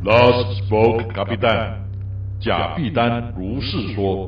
Last spoke Capitan， 贾碧丹如是说。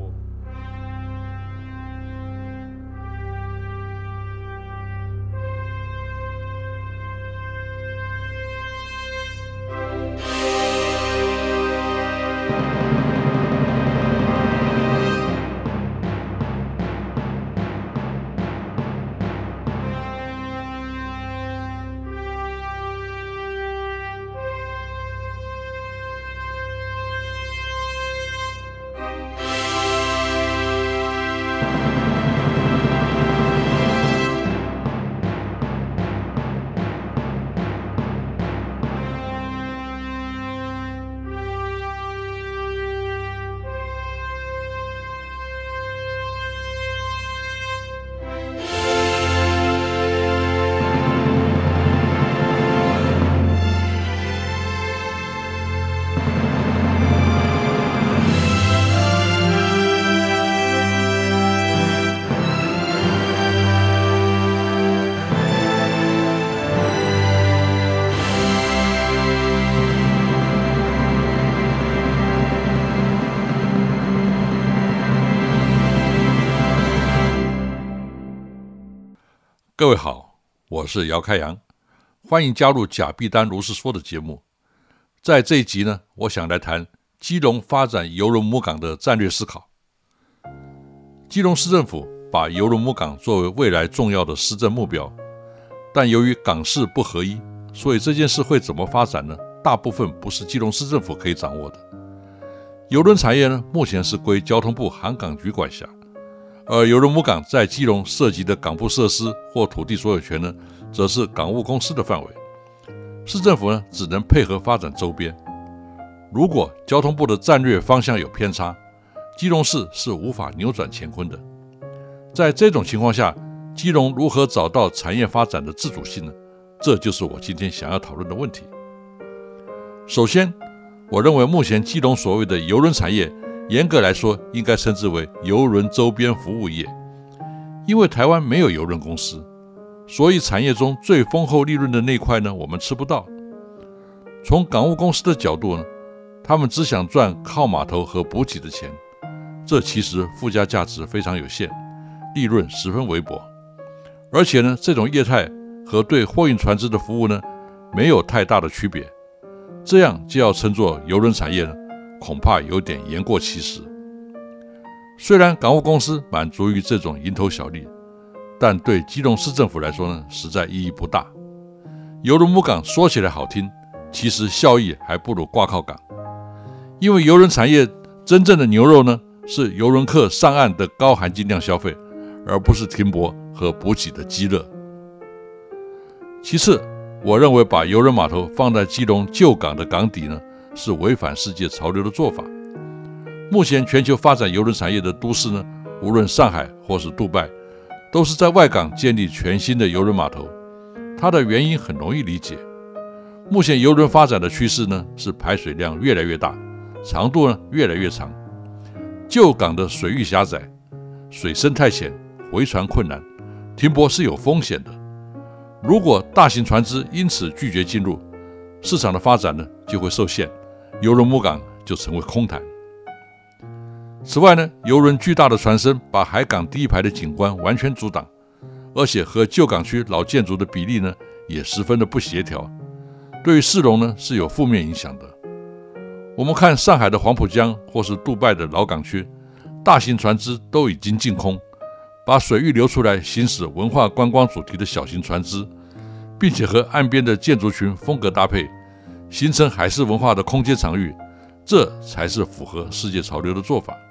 各位好，我是姚开阳，欢迎加入贾碧丹如是说的节目。在这一集呢，我想来谈基隆发展邮轮母港的战略思考。基隆市政府把邮轮母港作为未来重要的施政目标，但由于港市不合一，所以这件事会怎么发展呢？大部分不是基隆市政府可以掌握的。邮轮产业呢，目前是归交通部航港局管辖，而邮轮母港在基隆涉及的港埠设施或土地所有权呢，则是港务公司的范围。市政府呢，只能配合发展周边。如果交通部的战略方向有偏差，基隆市是无法扭转乾坤的。在这种情况下，基隆如何找到产业发展的自主性呢？这就是我今天想要讨论的问题。首先，我认为目前基隆所谓的邮轮产业，严格来说应该称之为邮轮周边服务业。因为台湾没有邮轮公司，所以产业中最丰厚利润的那块呢，我们吃不到。从港务公司的角度呢，他们只想赚靠码头和补给的钱，这其实附加价值非常有限，利润十分微薄。而且呢，这种业态和对货运船只的服务呢，没有太大的区别。这样就要称作邮轮产业呢，恐怕有点言过其实。虽然港务公司满足于这种蝇头小利，但对基隆市政府来说呢，实在意义不大。邮轮母港说起来好听，其实效益还不如挂靠港。因为邮轮产业真正的牛肉呢，是邮轮客上岸的高含金量消费，而不是停泊和补给的饥热。其次，我认为把邮轮码头放在基隆旧港的港底呢，是违反世界潮流的做法。目前全球发展邮轮产业的都市呢，无论上海或是杜拜，都是在外港建立全新的邮轮码头。它的原因很容易理解。目前邮轮发展的趋势呢，是排水量越来越大，长度呢越来越长。旧港的水域狭窄，水深太浅，回船困难，停泊是有风险的。如果大型船只因此拒绝进入，市场的发展呢就会受限，邮轮母港就成为空谈。此外呢，邮轮巨大的船身把海港第一排的景观完全阻挡，而且和旧港区老建筑的比例呢也十分的不协调，对于市容呢是有负面影响的。我们看上海的黄浦江或是杜拜的老港区，大型船只都已经净空，把水域留出来行驶文化观光主题的小型船只，并且和岸边的建筑群风格搭配，形成海事文化的空间场域，这才是符合世界潮流的做法。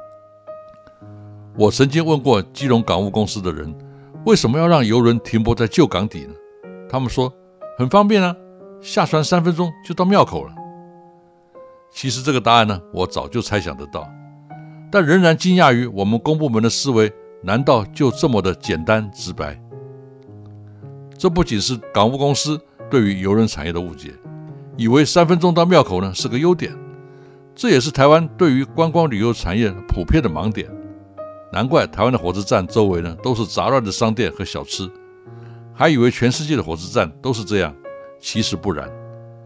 我曾经问过基隆港务公司的人，为什么要让邮轮停泊在旧港底呢？他们说很方便啊，下船3分钟就到庙口了。其实这个答案呢，我早就猜想得到，但仍然惊讶于我们公部门的思维难道就这么的简单直白？这不仅是港务公司对于邮轮产业的误解，以为3分钟到庙口呢是个优点，这也是台湾对于观光旅游产业普遍的盲点。难怪台湾的火车站周围呢都是杂乱的商店和小吃，还以为全世界的火车站都是这样，其实不然。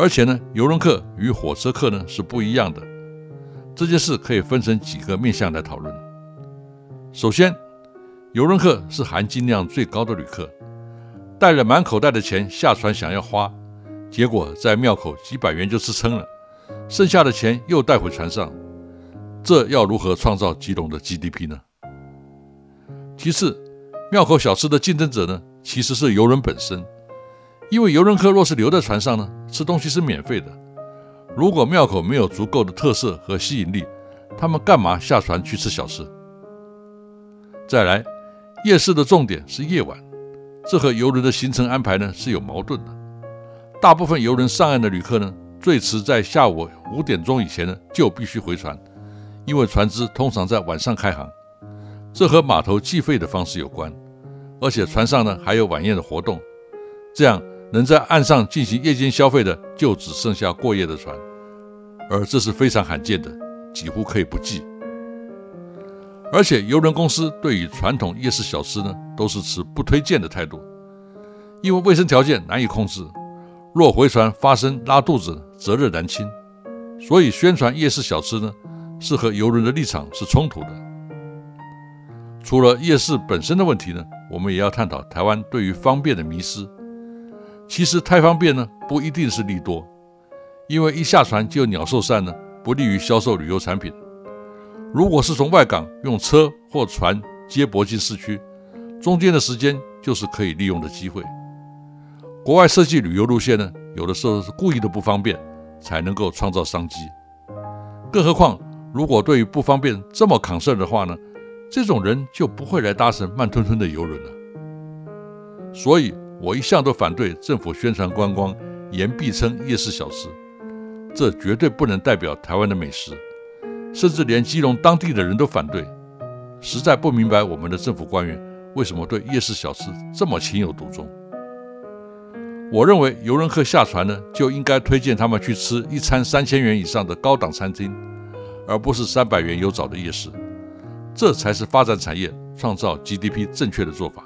而且呢，邮轮客与火车客呢是不一样的。这件事可以分成几个面向来讨论。首先，邮轮客是含金量最高的旅客，带了满口袋的钱下船想要花，结果在庙口几百元就吃撑了，剩下的钱又带回船上，这要如何创造基隆的 GDP 呢？其次，庙口小吃的竞争者呢，其实是邮轮本身，因为邮轮客若是留在船上呢，吃东西是免费的。如果庙口没有足够的特色和吸引力，他们干嘛下船去吃小吃？再来，夜市的重点是夜晚，这和邮轮的行程安排呢是有矛盾的。大部分邮轮上岸的旅客呢，最迟在下午5点钟以前呢就必须回船，因为船只通常在晚上开航，这和码头计费的方式有关。而且船上呢还有晚宴的活动，这样能在岸上进行夜间消费的就只剩下过夜的船，而这是非常罕见的，几乎可以不计。而且邮轮公司对于传统夜市小吃呢，都是持不推荐的态度，因为卫生条件难以控制，若回船发生拉肚子，责任难轻。所以宣传夜市小吃呢，是和邮轮的立场是冲突的。除了夜市本身的问题呢，我们也要探讨台湾对于方便的迷思。其实太方便呢，不一定是利多，因为一下船就鸟兽散呢，不利于销售旅游产品。如果是从外港用车或船接驳进市区，中间的时间就是可以利用的机会。国外设计旅游路线呢，有的时候是故意的不方便，才能够创造商机。更何况，如果对于不方便这么concern的话呢，这种人就不会来搭乘慢吞吞的邮轮了。所以我一向都反对政府宣传观光，言必称夜市小吃，这绝对不能代表台湾的美食。甚至连基隆当地的人都反对，实在不明白我们的政府官员为什么对夜市小吃这么情有独钟。我认为邮轮客下船呢，就应该推荐他们去吃一餐3000元以上的高档餐厅，而不是300元有找的夜市，这才是发展产业、创造 GDP 正确的做法。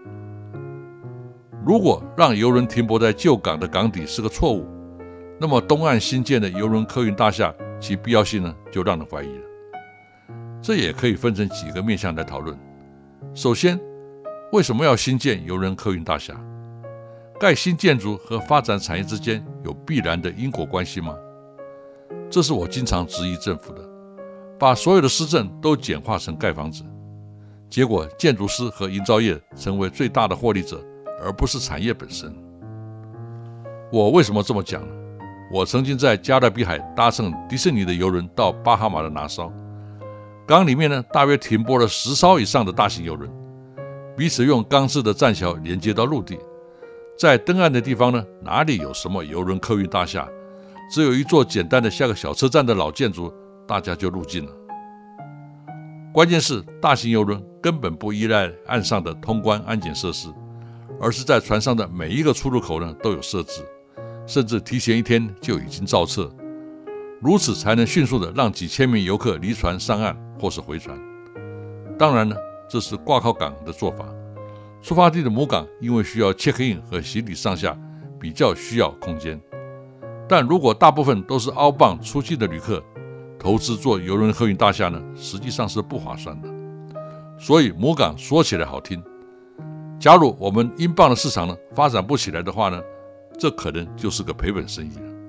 如果让邮轮停泊在旧港的港底是个错误，那么东岸新建的邮轮客运大厦其必要性呢，就让人怀疑了。这也可以分成几个面向来讨论。首先，为什么要新建邮轮客运大厦？盖新建筑和发展产业之间有必然的因果关系吗？这是我经常质疑政府的，把所有的施政都简化成盖房子，结果建筑师和营造业成为最大的获利者，而不是产业本身。我为什么这么讲呢？我曾经在加勒比海搭乘迪士尼的邮轮到巴哈马的拿绍，港里面呢大约停泊了10艘以上的大型邮轮，彼此用钢制的栈桥连接到陆地。在登岸的地方呢，哪里有什么邮轮客运大厦，只有一座简单的像个小车站的老建筑，大家就入境了。关键是大型邮轮根本不依赖岸上的通关安检设施，而是在船上的每一个出入口呢都有设置，甚至提前1天就已经造册，如此才能迅速的让几千名游客离船上岸或是回船。当然呢，这是挂靠港的做法，出发地的母港因为需要 check in 和行李上下，比较需要空间。但如果大部分都是outbound出境的旅客，投资做邮轮客运大厦呢，实际上是不划算的。所以母港说起来好听，假如我们英镑的市场呢发展不起来的话呢，这可能就是个赔本生意了。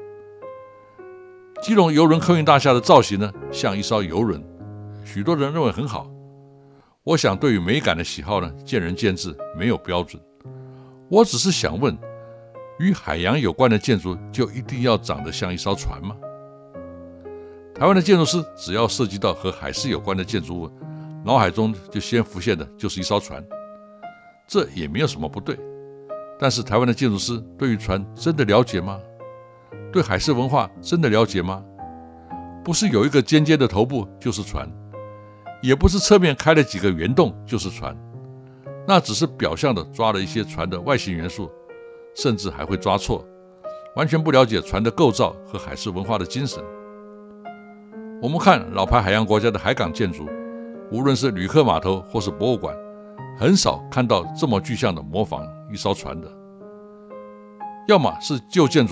基隆邮轮客运大厦的造型呢，像一艘邮轮，许多人认为很好。我想对于美感的喜好呢，见仁见智，没有标准。我只是想问，与海洋有关的建筑就一定要长得像一艘船吗？台湾的建筑师只要涉及到和海事有关的建筑物，脑海中就先浮现的就是一艘船，这也没有什么不对。但是台湾的建筑师对于船真的了解吗？对海事文化真的了解吗？不是有一个尖尖的头部就是船，也不是侧面开了几个圆洞就是船，那只是表象的抓了一些船的外形元素，甚至还会抓错，完全不了解船的构造和海事文化的精神。我们看老牌海洋国家的海港建筑，无论是旅客码头或是博物馆，很少看到这么具象的模仿一艘船的。要么是旧建筑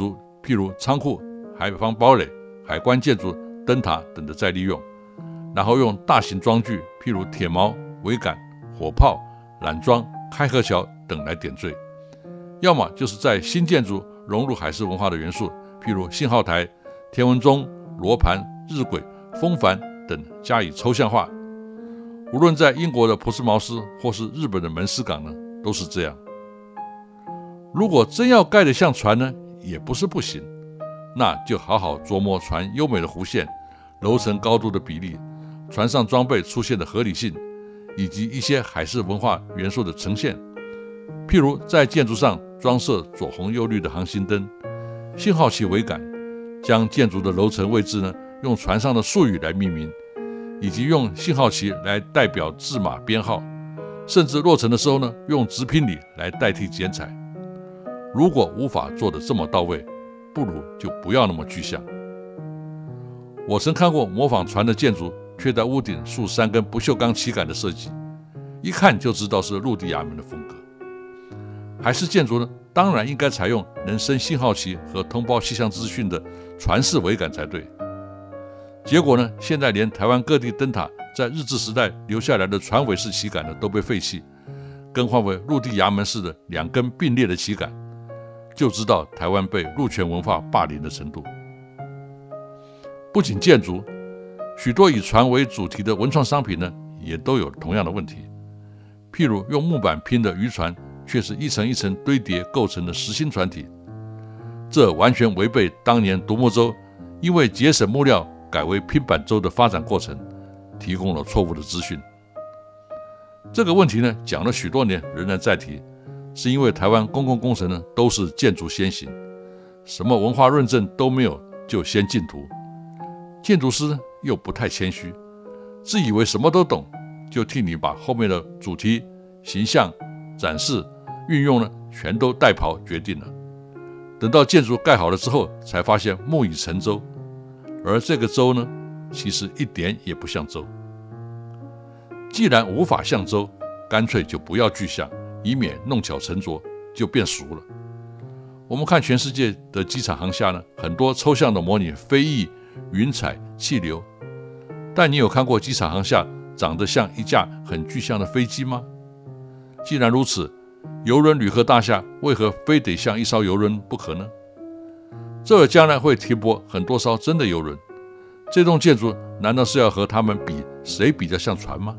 譬如仓库、海防堡垒、海关建筑、灯塔等的再利用，然后用大型装具，譬如铁锚、桅杆、火炮、缆桩、开河桥等来点缀；要么就是在新建筑融入海事文化的元素，譬如信号台、天文钟、罗盘、日晷、风帆等加以抽象化。无论在英国的普斯茅斯或是日本的门司港呢，都是这样。如果真要盖得像船呢，也不是不行，那就好好琢磨船优美的弧线、楼层高度的比例、船上装备出现的合理性，以及一些海事文化元素的呈现。譬如在建筑上装设左红右绿的航行灯、信号旗桅杆，将建筑的楼层位置呢用船上的术语来命名，以及用信号旗来代表字码编号，甚至落成的时候呢，用直拼里来代替剪彩。如果无法做得这么到位，不如就不要那么具象。我曾看过模仿船的建筑，却在屋顶竖3根不锈钢旗杆的设计，一看就知道是陆地衙门的风格。海事建筑呢，当然应该采用能升信号旗和通报气象资讯的船式桅杆才对。结果呢，现在连台湾各地灯塔在日治时代留下来的船尾式旗杆呢都被废弃，更换为陆地衙门式的2根并列的旗杆，就知道台湾被陆权文化霸凌的程度。不仅建筑，许多以船为主题的文创商品呢，也都有同样的问题。譬如用木板拼的渔船，却是一层一层堆叠构成的实心船体，这完全违背当年独木舟因为节省木料改为拼板舟的发展过程，提供了错误的资讯。这个问题呢，讲了许多年仍然在提，是因为台湾公共工程呢都是建筑先行，什么文化认证都没有就先竞图。建筑师又不太谦虚，自以为什么都懂，就替你把后面的主题、形象、展示、运用呢全都代刨决定了。等到建筑盖好了之后，才发现木已成舟，而这个舟呢，其实一点也不像舟。既然无法像舟，干脆就不要具象，以免弄巧成拙，就变俗了。我们看全世界的机场航厦呢，很多抽象的模拟飞翼、云彩、气流，但你有看过机场航厦长得像一架很具象的飞机吗？既然如此，邮轮旅客大厦为何非得像一艘邮轮不可呢？这儿将来会停泊很多艘真的邮轮，这栋建筑难道是要和他们比谁比较像船吗？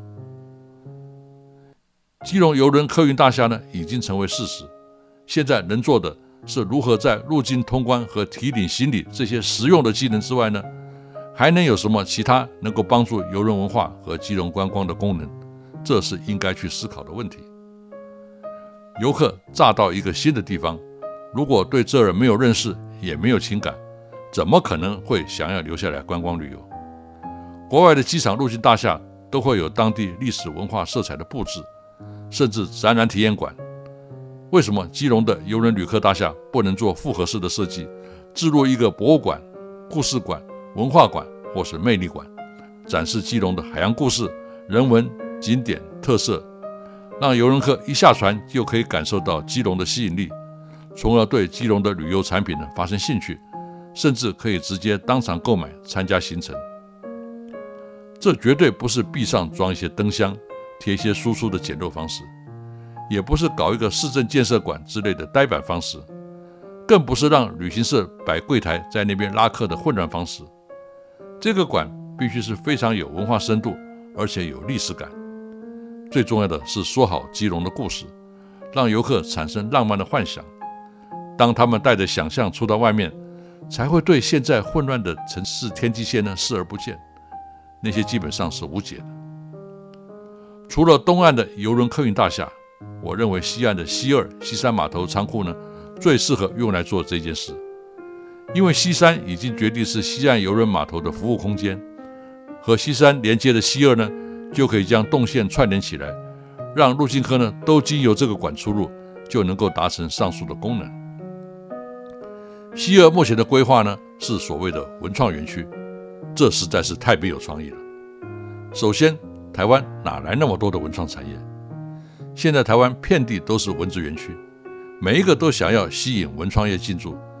基隆邮轮客运大厦呢，已经成为事实，现在能做的是如何在入境通关和提领行李这些实用的技能之外呢，还能有什么其他能够帮助邮轮文化和基隆观光的功能？这是应该去思考的问题。游客乍到一个新的地方，如果对这儿没有认识，也没有情感，怎么可能会想要留下来观光旅游？国外的机场入境大厦都会有当地历史文化色彩的布置，甚至展览体验馆。为什么基隆的邮轮旅客大厦不能做复合式的设计，置入一个博物馆、故事馆、文化馆或是魅力馆，展示基隆的海洋故事、人文、景点特色，让邮轮客一下船就可以感受到基隆的吸引力，从而对基隆的旅游产品发生兴趣，甚至可以直接当场购买参加行程。这绝对不是壁上装一些灯箱、贴一些输出的简陋方式，也不是搞一个市政建设馆之类的呆板方式，更不是让旅行社摆柜台在那边拉客的混乱方式。这个馆必须是非常有文化深度，而且有历史感。最重要的是说好基隆的故事，让游客产生浪漫的幻想。当他们带着想象出到外面，才会对现在混乱的城市天际线视而不见，那些基本上是无解的。除了东岸的邮轮客运大厦，我认为西岸的西二、西三码头仓库最适合用来做这件事，因为西三已经决定是西岸邮轮码头的服务空间，和西三连接的西二就可以将动线串联起来，让入境客都经由这个馆出入，就能够达成上述的功能。西二目前的规划是所谓的文创园区，这实在是太没有创意了。首先，台湾哪来那么多的文创产业？现在台湾遍地都是文资园区，每一个都想要吸引文创业进驻，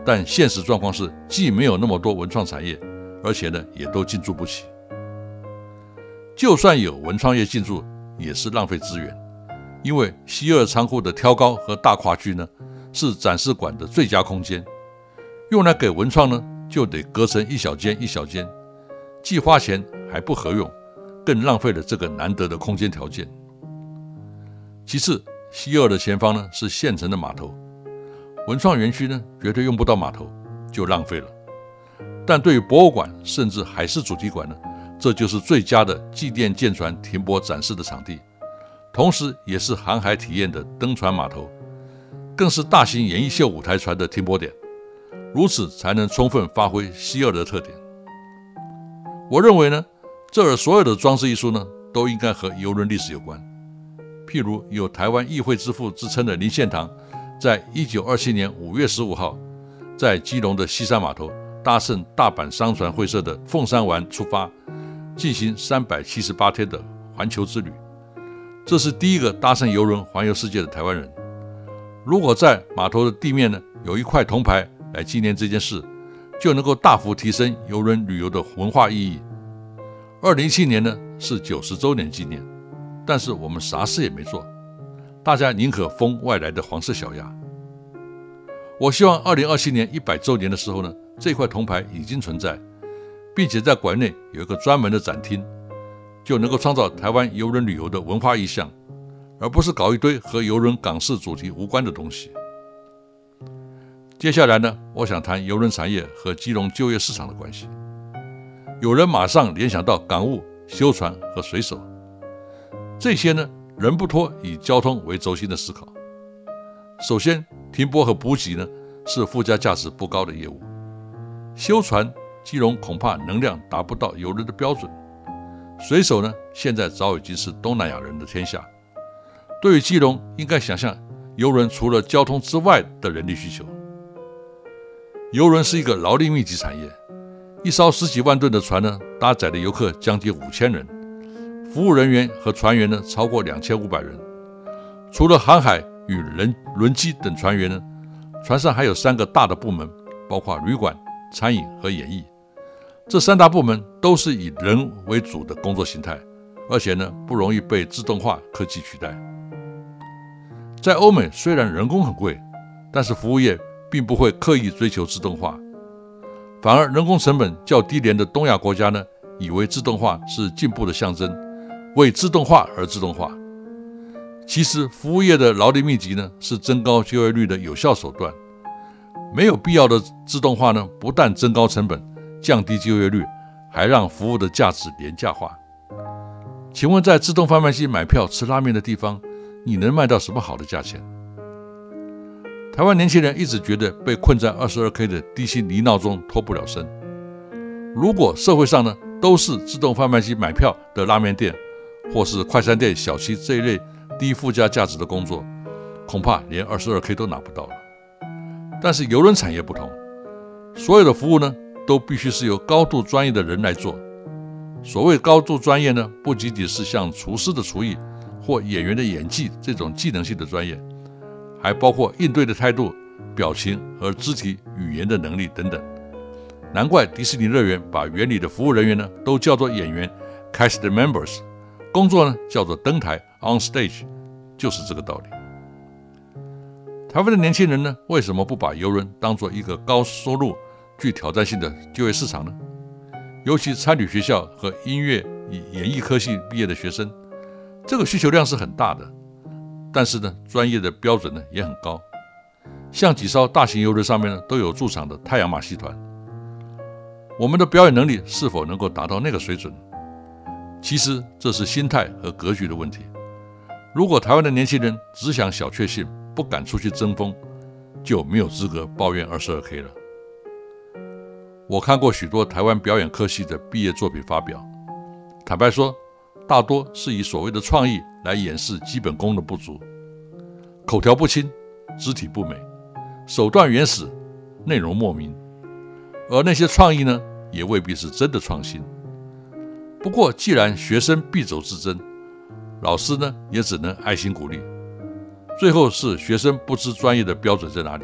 但现实状况是既没有那么多文创产业，而且呢也都进驻不起。就算有文创业进驻，也是浪费资源，因为西二仓库的挑高和大跨区呢是展示馆的最佳空间，用来给文创呢就得隔成一小间一小间，既花钱还不合用，更浪费了这个难得的空间条件。其次，西二的前方呢是现成的码头，文创园区呢绝对用不到码头，就浪费了。但对于博物馆甚至海事主题馆呢，这就是最佳的祭奠舰船停泊展示的场地，同时也是航海体验的登船码头，更是大型演艺秀舞台船的停泊点，如此才能充分发挥西二的特点。我认为呢，这儿所有的装置艺术呢，都应该和邮轮历史有关。譬如有台湾议会之父之称的林献堂，在1927年5月15号，在基隆的西山码头搭乘大阪商船会社的凤山丸出发，进行378天的环球之旅。这是第一个搭乘邮轮环游世界的台湾人。如果在码头的地面呢有一块铜牌来纪念这件事，就能够大幅提升邮轮旅游的文化意义。2017年呢是90周年纪念，但是我们啥事也没做，大家宁可封外来的黄色小鸭。我希望2027年100周年的时候呢，这块铜牌已经存在，并且在馆内有一个专门的展厅，就能够创造台湾邮轮旅游的文化意象，而不是搞一堆和邮轮港式主题无关的东西。接下来呢，我想谈邮轮产业和基隆就业市场的关系。有人马上联想到港务、修船和水手，这些呢，人不脱以交通为轴心的思考。首先，停泊和补给呢是附加价值不高的业务。修船，基隆恐怕能量达不到邮轮的标准。水手呢，现在早已经是东南亚人的天下。对于基隆，应该想象邮轮除了交通之外的人力需求。邮轮是一个劳力密集产业，一艘10几万吨的船呢，搭载的游客将近5000人，服务人员和船员呢超过2500人。除了航海与轮机等船员呢，船上还有3个大的部门，包括旅馆、餐饮和演艺。这3大部门都是以人为主的工作形态，而且呢不容易被自动化科技取代。在欧美，虽然人工很贵，但是服务业并不会刻意追求自动化，反而人工成本较低廉的东亚国家呢，以为自动化是进步的象征，为自动化而自动化。其实服务业的劳力密集呢，是增高就业率的有效手段。没有必要的自动化呢，不但增高成本，降低就业率，还让服务的价值廉价化。请问在自动贩卖机买票吃拉面的地方，你能卖到什么好的价钱？台湾年轻人一直觉得被困在 22K 的低薪泥淖中脱不了身。如果社会上呢都是自动贩卖机买票的拉面店，或是快餐店、小七这一类低附加价值的工作，恐怕连 22K 都拿不到了。但是邮轮产业不同，所有的服务呢都必须是由高度专业的人来做。所谓高度专业呢，不仅仅是像厨师的厨艺或演员的演技这种技能性的专业，还包括应对的态度、表情和肢体语言的能力等等。难怪迪士尼乐园把园里的服务人员呢都叫做演员 cast members， 工作呢叫做登台 on stage， 就是这个道理。台湾的年轻人呢，为什么不把邮轮当作一个高收入、具挑战性的就业市场呢？尤其参旅学校和音乐与演艺科系毕业的学生，这个需求量是很大的。但是呢，专业的标准呢也很高。像几艘大型邮轮上面呢都有驻场的太阳马戏团。我们的表演能力是否能够达到那个水准？其实这是心态和格局的问题。如果台湾的年轻人只想小确幸，不敢出去争锋，就没有资格抱怨 22K 了。我看过许多台湾表演科系的毕业作品发表，坦白说，大多是以所谓的创意来掩饰基本功的不足，口条不清，肢体不美，手段原始，内容莫名。而那些创意呢，也未必是真的创新。不过既然学生必走自珍，老师呢也只能爱心鼓励。最后是学生不知专业的标准在哪里，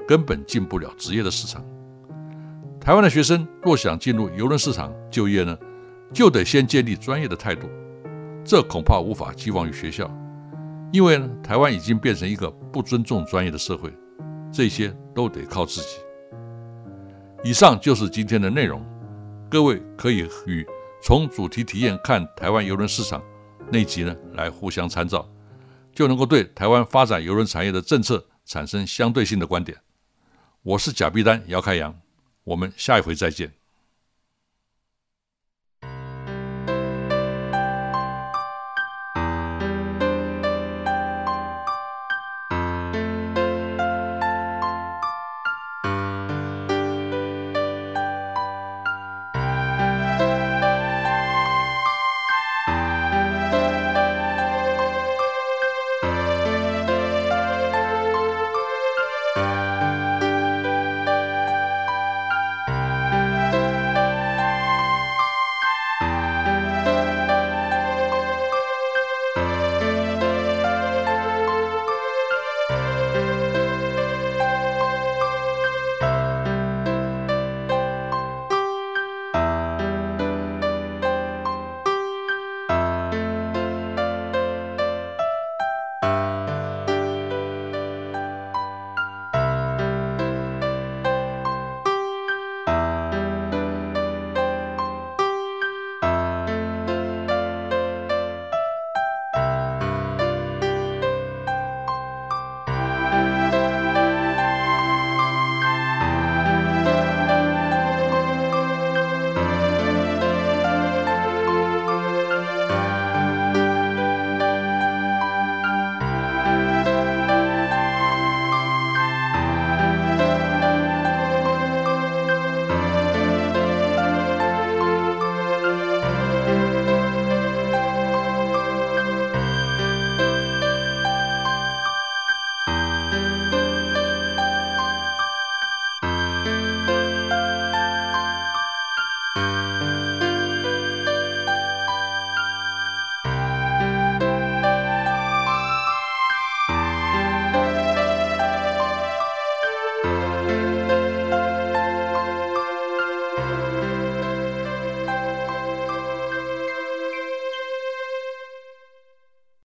根本进不了职业的市场。台湾的学生若想进入邮轮市场就业呢，就得先建立专业的态度，这恐怕无法寄望于学校，因为台湾已经变成一个不尊重专业的社会，这些都得靠自己。以上就是今天的内容，各位可以与从主题体验看台湾邮轮市场那一集呢来互相参照，就能够对台湾发展邮轮产业的政策产生相对性的观点。我是甲必丹姚开阳，我们下一回再见。